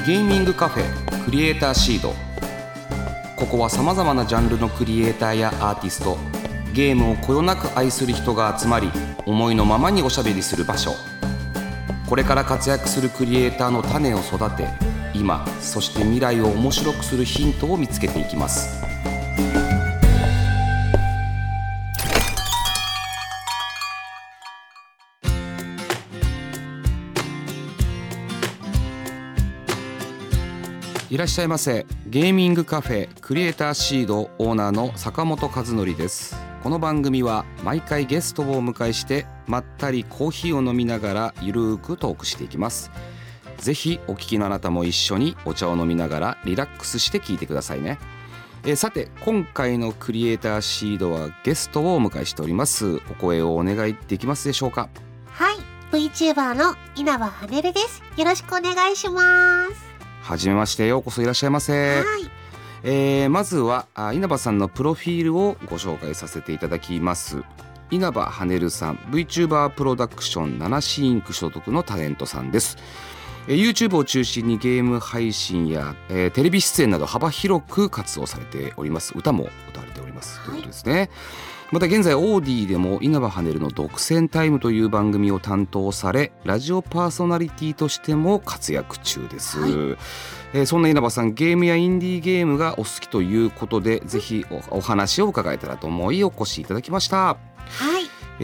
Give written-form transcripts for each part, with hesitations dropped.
ゲーミングカフェクリエイターシード。ここはさまざまなジャンルのクリエイターやアーティスト、ゲームをこよなく愛する人が集まり、思いのままにおしゃべりする場所。これから活躍するクリエイターの種を育て、今そして未来を面白くするヒントを見つけていきます。いらっしゃいませ。ゲーミングカフェクリエイターシードオーナーの坂本和則です。この番組は毎回ゲストをお迎えしてまったりコーヒーを飲みながらゆるーくトークしていきます。ぜひお聞きのあなたも一緒にお茶を飲みながらリラックスして聞いてくださいね。さて今回のクリエイターシードはゲストをお迎えしております。お声をお願いできますでしょうか。 はい、 VTuber の稲葉はねるです。よろしくお願いします。 はじめまして、ようこそいらっしゃいませ。はい、まずは稲葉さんのプロフィールをご紹介させていただきます。稲葉はねるさん、 VTuber プロダクション7Cインク所属のタレントさんです。YouTube を中心にゲーム配信や、テレビ出演など幅広く活動されております。歌も歌われております、ということですね。また現在オーディでも稲葉はねるの独占タイムという番組を担当され、ラジオパーソナリティとしても活躍中です。はい、そんな稲葉さん、ゲームやインディーゲームがお好きということで、ぜひ お話を伺えたらと思いお越しいただきました。はい、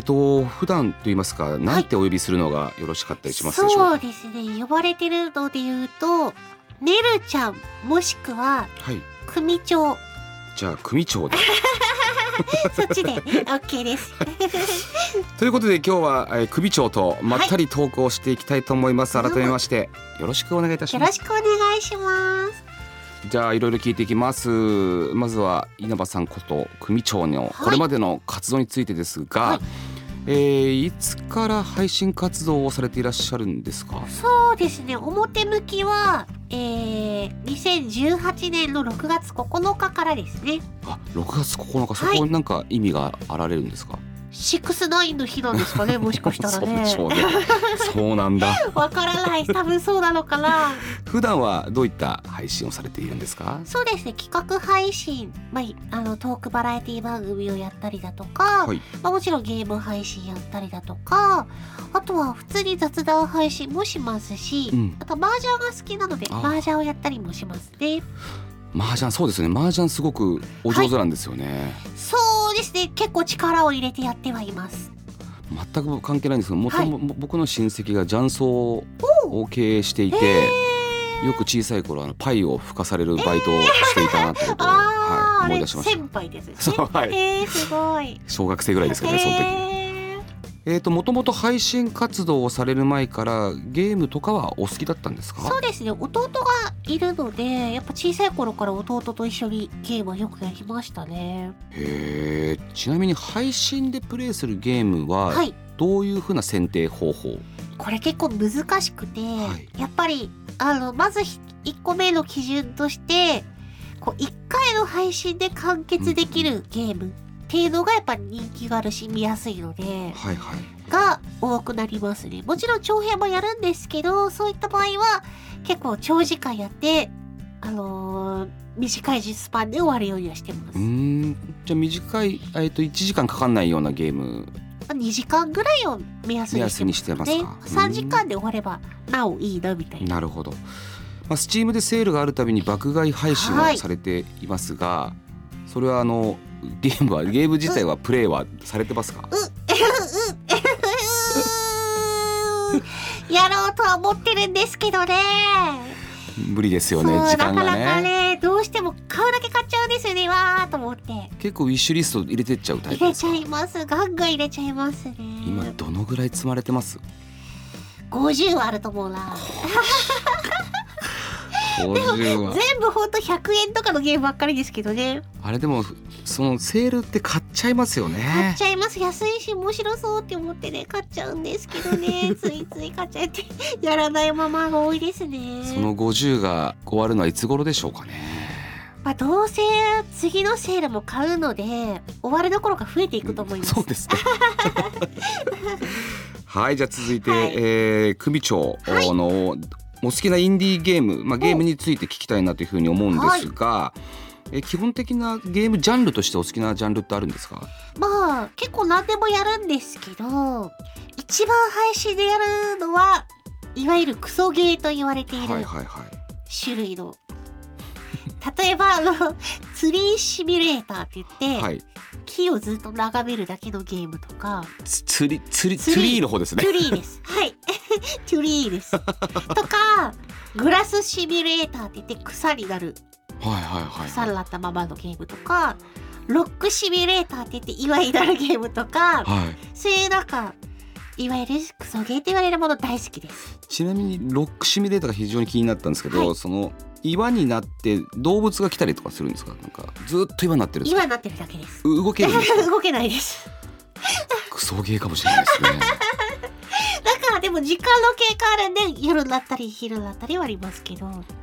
普段といいますか、なんてお呼びするのがよろしかったりしますでしょうか。 そうですね、呼ばれてるので言うとねるちゃん、もしくは、はい、組長。 じゃあ組長でそっちで OK ですということで今日は組長とまったりトークをしていきたいと思います。はい、改めましてよろしくお願いいたします。 よろしくお願いします。 じゃあいろいろ聞いていきます。まずは稲葉さんこと組長のこれまでの活動についてですが、はい、いつから配信活動をされていらっしゃるんですか。 そうですね、表向きは、2018年の6月9日からですね。 あ、6月9日、そこになんか意味があられるんですか。 6-9の日なんですかね、もしかしたらね。 そうでしょうね。そうなんだ。 わからない、多分そうなのかな。 普段はどういった配信をされているんですか。 そうですね、企画配信、トークバラエティ番組をやったりだとか、はい、もちろんゲーム配信やったりだとか、あとは普通に雑談配信もしますし、あと麻雀が好きなので麻雀をやったりもしますね。 麻雀、そうですね、麻雀すごくお上手なんですよね。はい、 そうですね、結構力を入れてやってはいます。 全く関係ないんですけど、僕の親戚が雀荘を経営していて、よく小さい頃パイを吹かされるバイトをしていたなってことを、はい、思い出しました。 先輩ですね。 そう、はい、 すごい。 小学生ぐらいですかね、その時。もともと配信活動をされる前からゲームとかはお好きだったんですか。 そうですね、弟がいるので、やっぱ小さい頃から弟と一緒にゲームはよくやりましたね。 ちなみに配信でプレイするゲームはどういう風な選定方法。 これ結構難しくて、やっぱりまず1個目の基準として1回の配信で完結できるゲームっていうのがやっぱり人気があるし見やすいので、が多くなりますね。もちろん長編もやるんですけど、そういった場合は結構長時間やって短いスパンで終わるようにはしてます。 じゃあ短い、1時間かかんないようなゲーム、 2時間ぐらいを目安にしてますね。3時間で終わればなおいいなみたいな。 なるほど。Steam でセールがあるたびに爆買い配信をされていますが、それはゲーム自体はプレイはされてますか。 やろうとは思ってるんですけどね、 無理ですよね、時間がね。 なかなかね、どうしても買うだけ買っちゃうんですよね、わーと思って。 結構ウィッシュリスト入れてっちゃうタイプですか。 入れちゃいます、ガンガン入れちゃいますね。 今どのぐらい積まれてます？ 50 はあると思うな。でも全部ほんと100円とかのゲームばっかりですけどね。 あれでもそのセールって買っちゃいますよね。 買っちゃいます。安いし面白そうって思ってね、買っちゃうんですけどね。ついつい買っちゃってやらないままが多いですね。 その50が終わるのはいつ頃でしょうかね。 どうせ次のセールも買うので終わるどころか増えていくと思います。 そうですね。はい、じゃあ続いて、組長の、 お好きなインディーゲーム、ゲームについて聞きたいなというふうに思うんですが、基本的なゲームジャンルとしてお好きなジャンルってあるんですか？ 結構何でもやるんですけど、一番配信でやるのはいわゆるクソゲーと言われている種類の、例えばツリーシミュレーターって言って、木をずっと眺めるだけのゲームとか。 ツリーの方ですね。 トゥリーです。はい。トゥリーです。とか、グラスシミュレーターって言って草になる。草になったままのゲームとか、ロックシミュレーターって言って岩になるゲームとか、そういういわゆるクソゲーと言われるもの大好きです。 ちなみにロックシミュレーターが非常に気になったんですけど、その岩になって動物が来たりとかするんですか？なんかずっと岩になってるんですか？ 岩になってるだけです。 動けるんですか？ 動けないです。 クソゲーかもしれないですね。 だからでも時間の経過あるんで、夜になったり昼になったりはありますけど。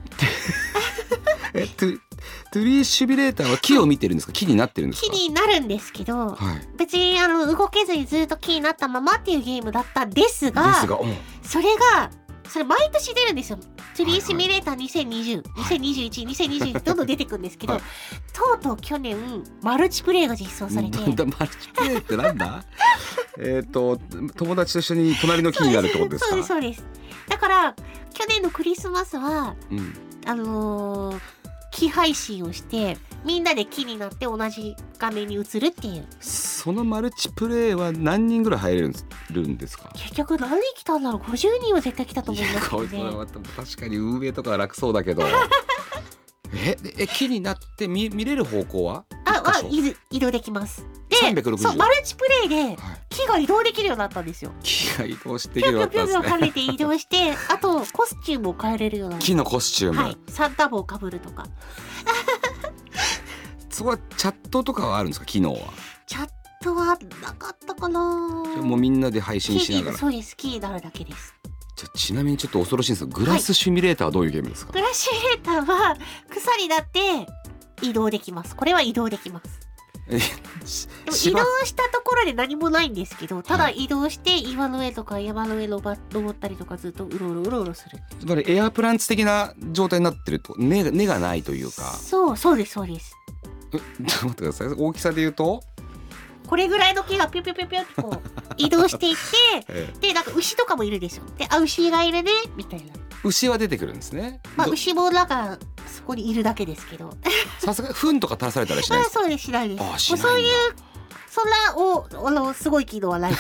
トゥリーシミュレーターは木を見てるんですか？木になってるんですか？ 木になるんですけど、別に動けずにずっと木になったままっていうゲームだったんですが、それ毎年出るんですよ。トゥリーシミュレーター2020、2021、2022どんどん出てくるんですけど、とうとう去年マルチプレイが実装されて。 マルチプレイってなんだ？友達と一緒に隣の木になるってことですか？ そうです。だから去年のクリスマスは、木配信をしてみんなで木になって同じ画面に映るっていう。 そのマルチプレイは何人ぐらい入れるんですか？ 結局何人来たんだろう。50人は絶対来たと思いますけどね。 確かに運営とかは楽そうだけど木になって見れる方向は移動できます。で 360 マルチプレイで木が移動できるようになったんですよ。 木が移動してできるようになったんですね。 ピョンピョンピョン跳ねて移動してあとコスチュームを変えれるようになった。 木のコスチューム、 サンタ帽をかぶるとか。 そこはチャットとかはあるんですか？機能はチャットはなかったかな。 もうみんなで配信しながら。 そうです。木になるだけです。 ちなみにちょっと恐ろしいんですが、グラスシミュレーターはどういうゲームですか？ グラスシミュレーターは草になって移動できます。これは移動できます。でも移動したところで何もないんですけど、ただ移動して岩の上とか山の上登ったりとかずっとうろうろする。 つまりエアプランツ的な状態になってると根がないというか。 そうです。ちょっと待ってください。大きさで言うとこれぐらいの木がピュピュピュピュってこう移動していってでなんか牛とかもいるでしょ。で牛がいるねみたいな。 牛は出てくるんですね。 牛もなんかそこにいるだけですけど。 さすが糞とか垂らされたらしないですか？ そうです。しないです。そういうそんなすごい機能はないです。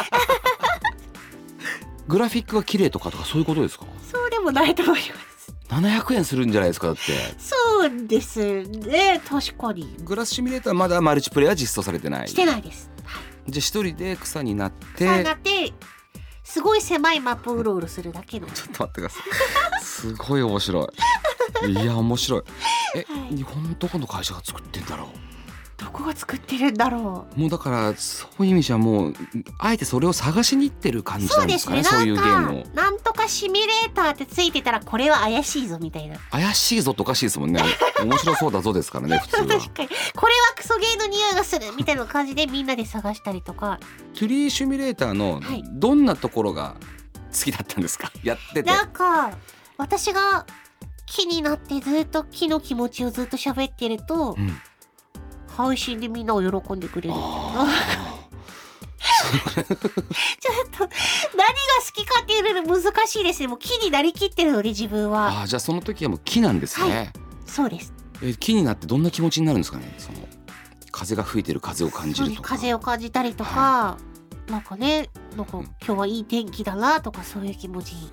グラフィックが綺麗とかそういうことですか？ そうでもないと思います。 700円するんじゃないですか？だってそうですね。確かにグラスシミュレーターまだマルチプレイは実装されてない。 してないです。 じゃあ一人で草になってすごい狭いマップをうろうろするだけの。 ちょっと待ってください。すごい面白い。いや面白い。日本どこの会社が作ってんだろう。 どこが作ってるんだろう。 もうだからそういう意味じゃもうあえてそれを探しに行ってる感じなんですかね。そういうゲームをなんとかシミュレーターってついてたらこれは怪しいぞみたいな。 怪しいぞとおかしいですもんね。面白そうだぞですからね普通は。 確かにこれはクソゲーの匂いがするみたいな感じでみんなで探したりとか。 トゥリーシミュレーターのどんなところが好きだったんですか？やってて。 なんか私が木になってずっと木の気持ちをずっと喋ってると、配信でみんなを喜んでくれる。ちょっと何が好きかっていうの難しいですね。もう木になりきってるので自分は。 じゃあその時はもう木なんですね。 そうです。 木になってどんな気持ちになるんですかね？その風が吹いてる風を感じるとか。 風を感じたりとか、なんかね、なんか今日はいい天気だなとかそういう気持ち。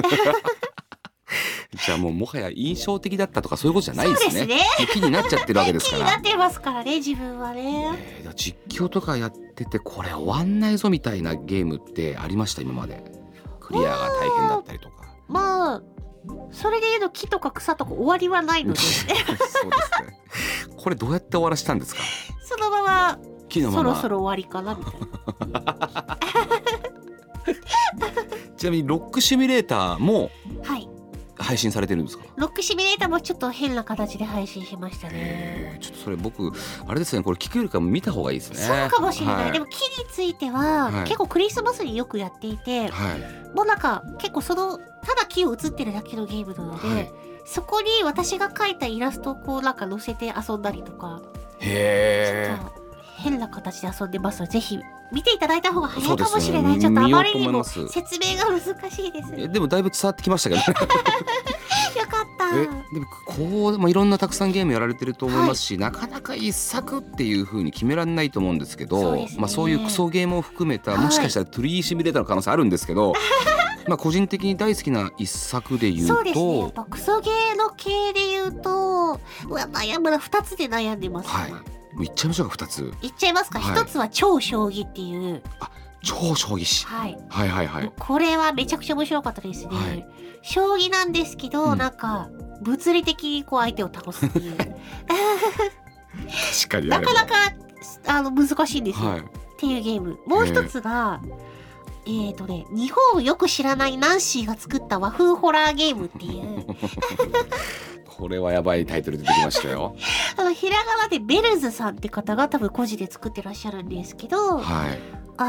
じゃあもはや印象的だったとかそういうことじゃないですね。 そうですね。 気になっちゃってるわけですから。 気になってますからね自分はね。 実況とかやっててこれ終わんないぞみたいなゲームってありました今まで？クリアが大変だったりとか。 それでいうと木とか草とか終わりはないので。そうですね。 これどうやって終わらしたんですか？ そのまま木のままそろそろ終わりかなみたいな。 ちなみにロックシミュレーターも配信されてるんですか？ ロックシミュレーターもちょっと変な形で配信しましたね。 ちょっとそれ僕あれですね、これ聞くよりか見た方がいいですね。 そうかもしれない、 はい、 でも木については、 はい、 結構クリスマスによくやっていて、 はい、 もうなんか結構ただ木を写ってるだけのゲームなので、 はい、 そこに私が描いたイラストをこうなんか載せて遊んだりとか、 へちょっと変な形で遊んでますので、ぜひ見ていただいた方が早いかもしれない。 そうですね、 ちょっとあまりにも見ようと思います。 説明が難しいです。よでもだいぶ伝わってきましたけどねかったでもこう、いろんなたくさんゲームやられてると思いますし、なかなか一作っていう風に決められないと思うんですけど、 そうですね、 そういうクソゲームを含めた、もしかしたらトゥリーシミュレーターの可能性あるんですけど個人的に大好きな一作で言うと、 そうですね、やっぱクソゲーの系で言うと悩むな、2つで悩んでます、 はい、もういっちゃいましょうか。2ついっちゃいますか。 はい、 1つは超将棋っていう、 超将棋士、 はい、 はいはいはい、 これはめちゃくちゃ面白かったですね、はい、将棋なんですけど、なんか物理的にこう相手を倒すっていう確かになかなか難しいんですよ、 はい、 っていうゲーム。もう一つが日本をよく知らないナンシーが作った和風ホラーゲームっていうこれはやばいタイトル出てきましたよひらがなでベルズさんって方が多分個人で作ってらっしゃるんですけど、 はい、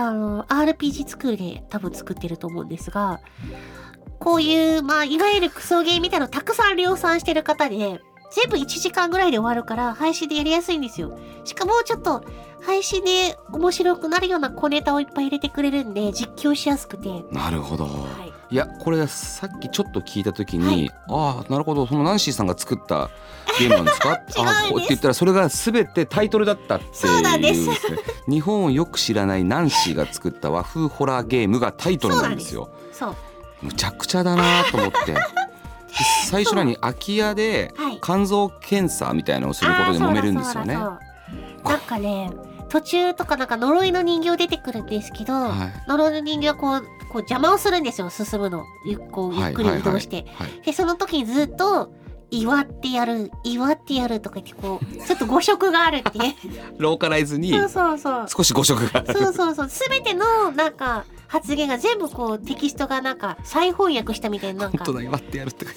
RPG 作りで多分作ってると思うんですが、こういういわゆるクソゲーみたいなのをたくさん量産してる方で、全部1時間ぐらいで終わるから配信でやりやすいんですよ。しかもちょっと配信で面白くなるような小ネタをいっぱい入れてくれるんで、実況しやすくて。 なるほど、 はい、 いやこれさっきちょっと聞いた時に、はい、なるほど、そのナンシーさんが作ったゲームなんですか違うんです。 こうって言ったらそれが全てタイトルだったっていう、 そうなんです日本をよく知らないナンシーが作った和風ホラーゲームがタイトルなんですよ。 そうむちゃくちゃだなと思って最初に空き家で肝臓検査みたいなのをすることで揉めるんですよね。 なんかね、途中とかなんか呪いの人形出てくるんですけど、はい、呪いの人形はこう邪魔をするんですよ、進むのゆっくり移動して、でその時にずっと祝ってやるとか言って、こうちょっと誤色があるってローカライズに少し誤色があるそう全てのなんか発言が全部こうテキストがなんか再翻訳したみたいな、なんか本当だ、祝ってやるって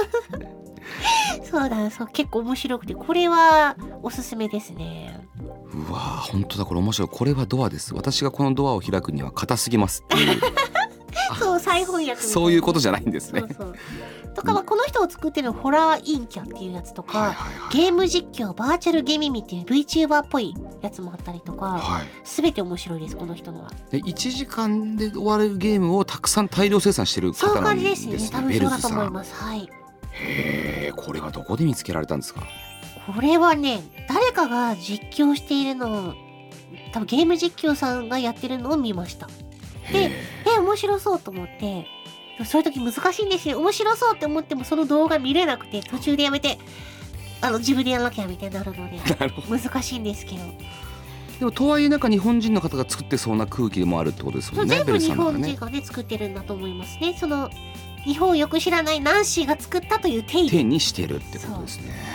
そう結構面白くて、これはおすすめですね。 うわー本当だ、これ面白い。これはドアです。私がこのドアを開くには硬すぎますっていうそう再翻訳そういうことじゃないんですね。 そうとかはこの人を作ってるホラーインキャっていうやつとか、ゲーム実況バーチャルゲミミっていう VTuber っぽいやつもあったりとか、全て面白いです、この人のは。 で1時間で終わるゲームをたくさん大量生産してる方なんですね。 そういう感じですね、多分そうだと思います。はい。 へー、これはどこで見つけられたんですか？ これはね、誰かが実況しているのを、多分ゲーム実況さんがやってるのを見ました。で面白そうと思って、そういう時難しいんですよ。面白そうって思ってもその動画見れなくて、途中でやめて自分でやらなきゃみたいになるので難しいんですけど。 でもとはいえなんか日本人の方が作ってそうな空気でもあるってことですもんね。 全部日本人がね作ってるんだと思いますね。その日本をよく知らないナンシーが作ったという体にしてるってことですね。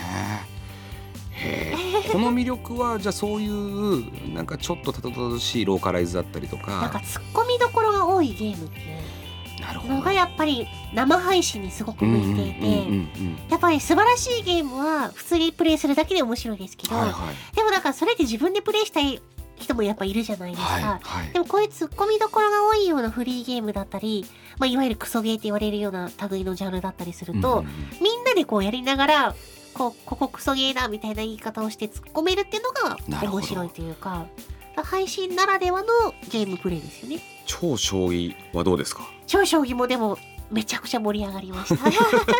この魅力はじゃあそういうなんかちょっとたどたどしいローカライズだったりとか、 なんかツッコミどころが多いゲームっていうのがやっぱり生配信にすごく向いていて、やっぱり素晴らしいゲームは普通にプレイするだけで面白いですけど、でもなんかそれで自分でプレイしたい人もやっぱいるじゃないですか。でもこういうツッコミどころが多いようなフリーゲームだったり、いわゆるクソゲーって言われるような類のジャンルだったりすると、みんなでこうやりながらここクソゲーだみたいな言い方をして突っ込めるっていうのが面白いというか、配信ならではのゲームプレイですよね。 超将棋はどうですか？ 超将棋もでもめちゃくちゃ盛り上がりました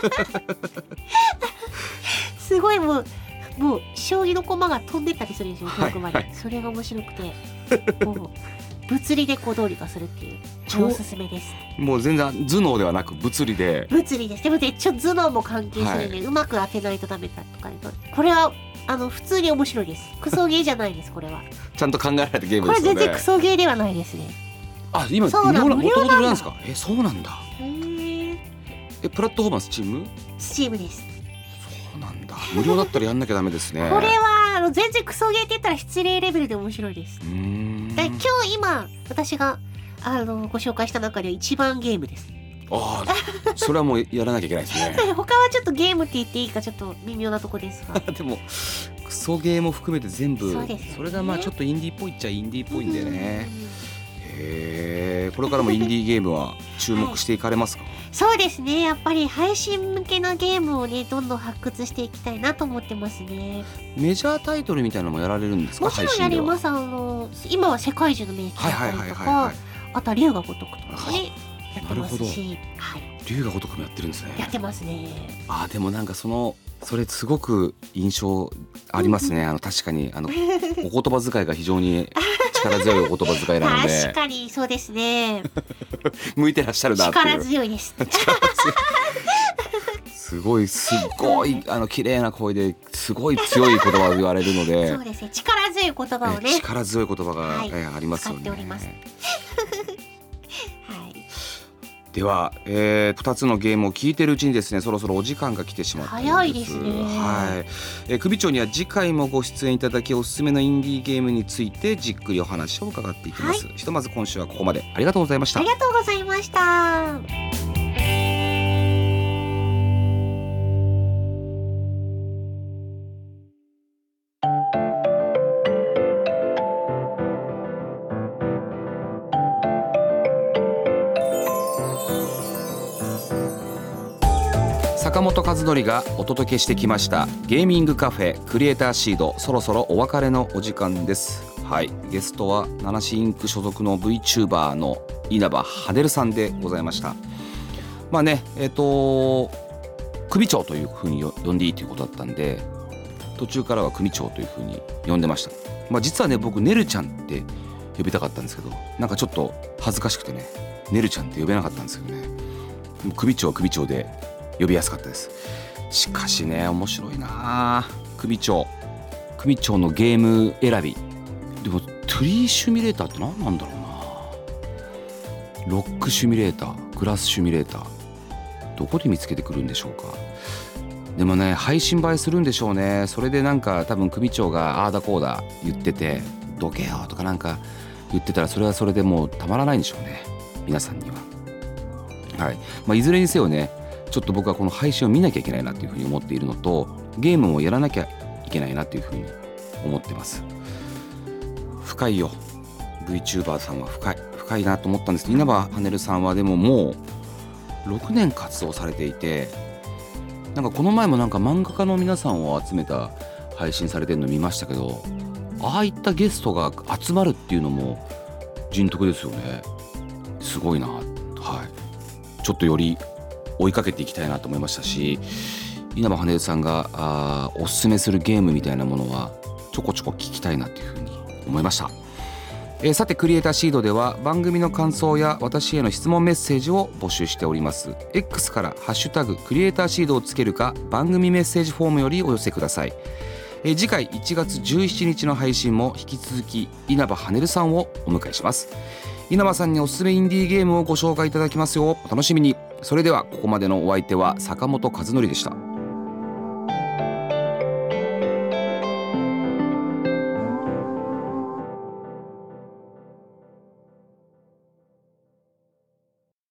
すごいもう将棋の駒が飛んでったりするんですよ、遠くまで。それが面白くてもう物理でこうどうにかするっていうおすすめです。 もう全然頭脳ではなく物理で。 物理です。でもね頭脳も関係するんで、うまく当てないとダメだとか、これは普通に面白いです。クソゲーじゃないです、これは。 ちゃんと考えられたゲームこですよね。 れ全然クソゲーではないですね。 今無料なんですか？そうなんだ。プラットフォーマースチームです。 そうなんだ。無料だったらやんなきゃダメですね。 これは全然クソゲーって言ったら失礼レベルで面白いです。今私がご紹介した中では一番ゲームです。 ああ、それはもうやらなきゃいけないですね他はちょっとゲームって言っていいかちょっと微妙なとこですがでもクソゲーも含めて全部そうですよね。 それがまあちょっとインディーっぽいっちゃインディーっぽいんでね。へえ、これからもインディーゲームは注目していかれますか？ そうですね、やっぱり配信向けのゲームをねどんどん発掘していきたいなと思ってますね。 メジャータイトルみたいなのもやられるんですか？ もちろんやります。今は世界中の名機だったりとか、あとは龍が如くとかねやってますし、はい、 龍が如くもやってるんですね。 やってますね。 あ、でもなんかそれすごく印象ありますね。確かにお言葉遣いが非常に力強いお言葉遣いなので確かにそうですね向いてらっしゃるなっていう。 力強いですすごい綺麗な声ですごい強い言葉を言われるのでそうですね、力強い言葉をね、 力強い言葉が、はい、ありますよね。 使っておりますでは、2つのゲームを聞いてるうちにですね、そろそろお時間が来てしまったようです。 早いですね。 はい、首長には次回もご出演いただき、おすすめのインディーゲームについてじっくりお話を伺っていきます、ひとまず今週はここまで。ありがとうございました。 ありがとうございました。 坂本和則がお届けしてきましたゲーミングカフェクリエイターシード、そろそろお別れのお時間です。はい、ゲストはナナシインク所属の VTuber の稲葉はねるさんでございました。まあね、組長というふうに呼んでいいということだったんで、途中からは組長というふうに呼んでました。まあ、実はね、僕ねるちゃんって呼びたかったんですけど、なんかちょっと恥ずかしくてね、ねるちゃんって呼べなかったんですよね。組長は組長で呼びやすかったです。しかしね、面白いな。組長のゲーム選びでも、トリーシミュレーターって何なんだろうな。ロックシミュレーター、グラスシミュレーター、どこで見つけてくるんでしょうか。でもね、配信映えするんでしょうね。それでなんか多分組長がああだこうだ言ってて、どけよとかなんか言ってたら、それはそれでもうたまらないんでしょうね、皆さんには。はい、まあ、いずれにせよね、ちょっと僕はこの配信を見なきゃいけないなというふうに思っているのと、ゲームもやらなきゃいけないなというふうに思ってます。深いよ、 VTuber さんは深いなと思ったんですけど、稲葉はねるさんはでももう6年活動されていて、なんかこの前もなんか漫画家の皆さんを集めた配信されてるの見ましたけど、ああいったゲストが集まるっていうのも人徳ですよね。すごいな。はい、ちょっとより追いかけていきたいなと思いましたし、稲葉はねるさんがおすすめするゲームみたいなものはちょこちょこ聞きたいなというふうに思いました。さて、クリエイターシードでは番組の感想や私への質問メッセージを募集しております。 X からハッシュタグクリエイターシードをつけるか、番組メッセージフォームよりお寄せください。次回1月17日の配信も引き続き稲葉はねるさんをお迎えします。稲葉さんにおすすめインディーゲームをご紹介いただきますよ。お楽しみに。それではここまでのお相手は坂本和則でした。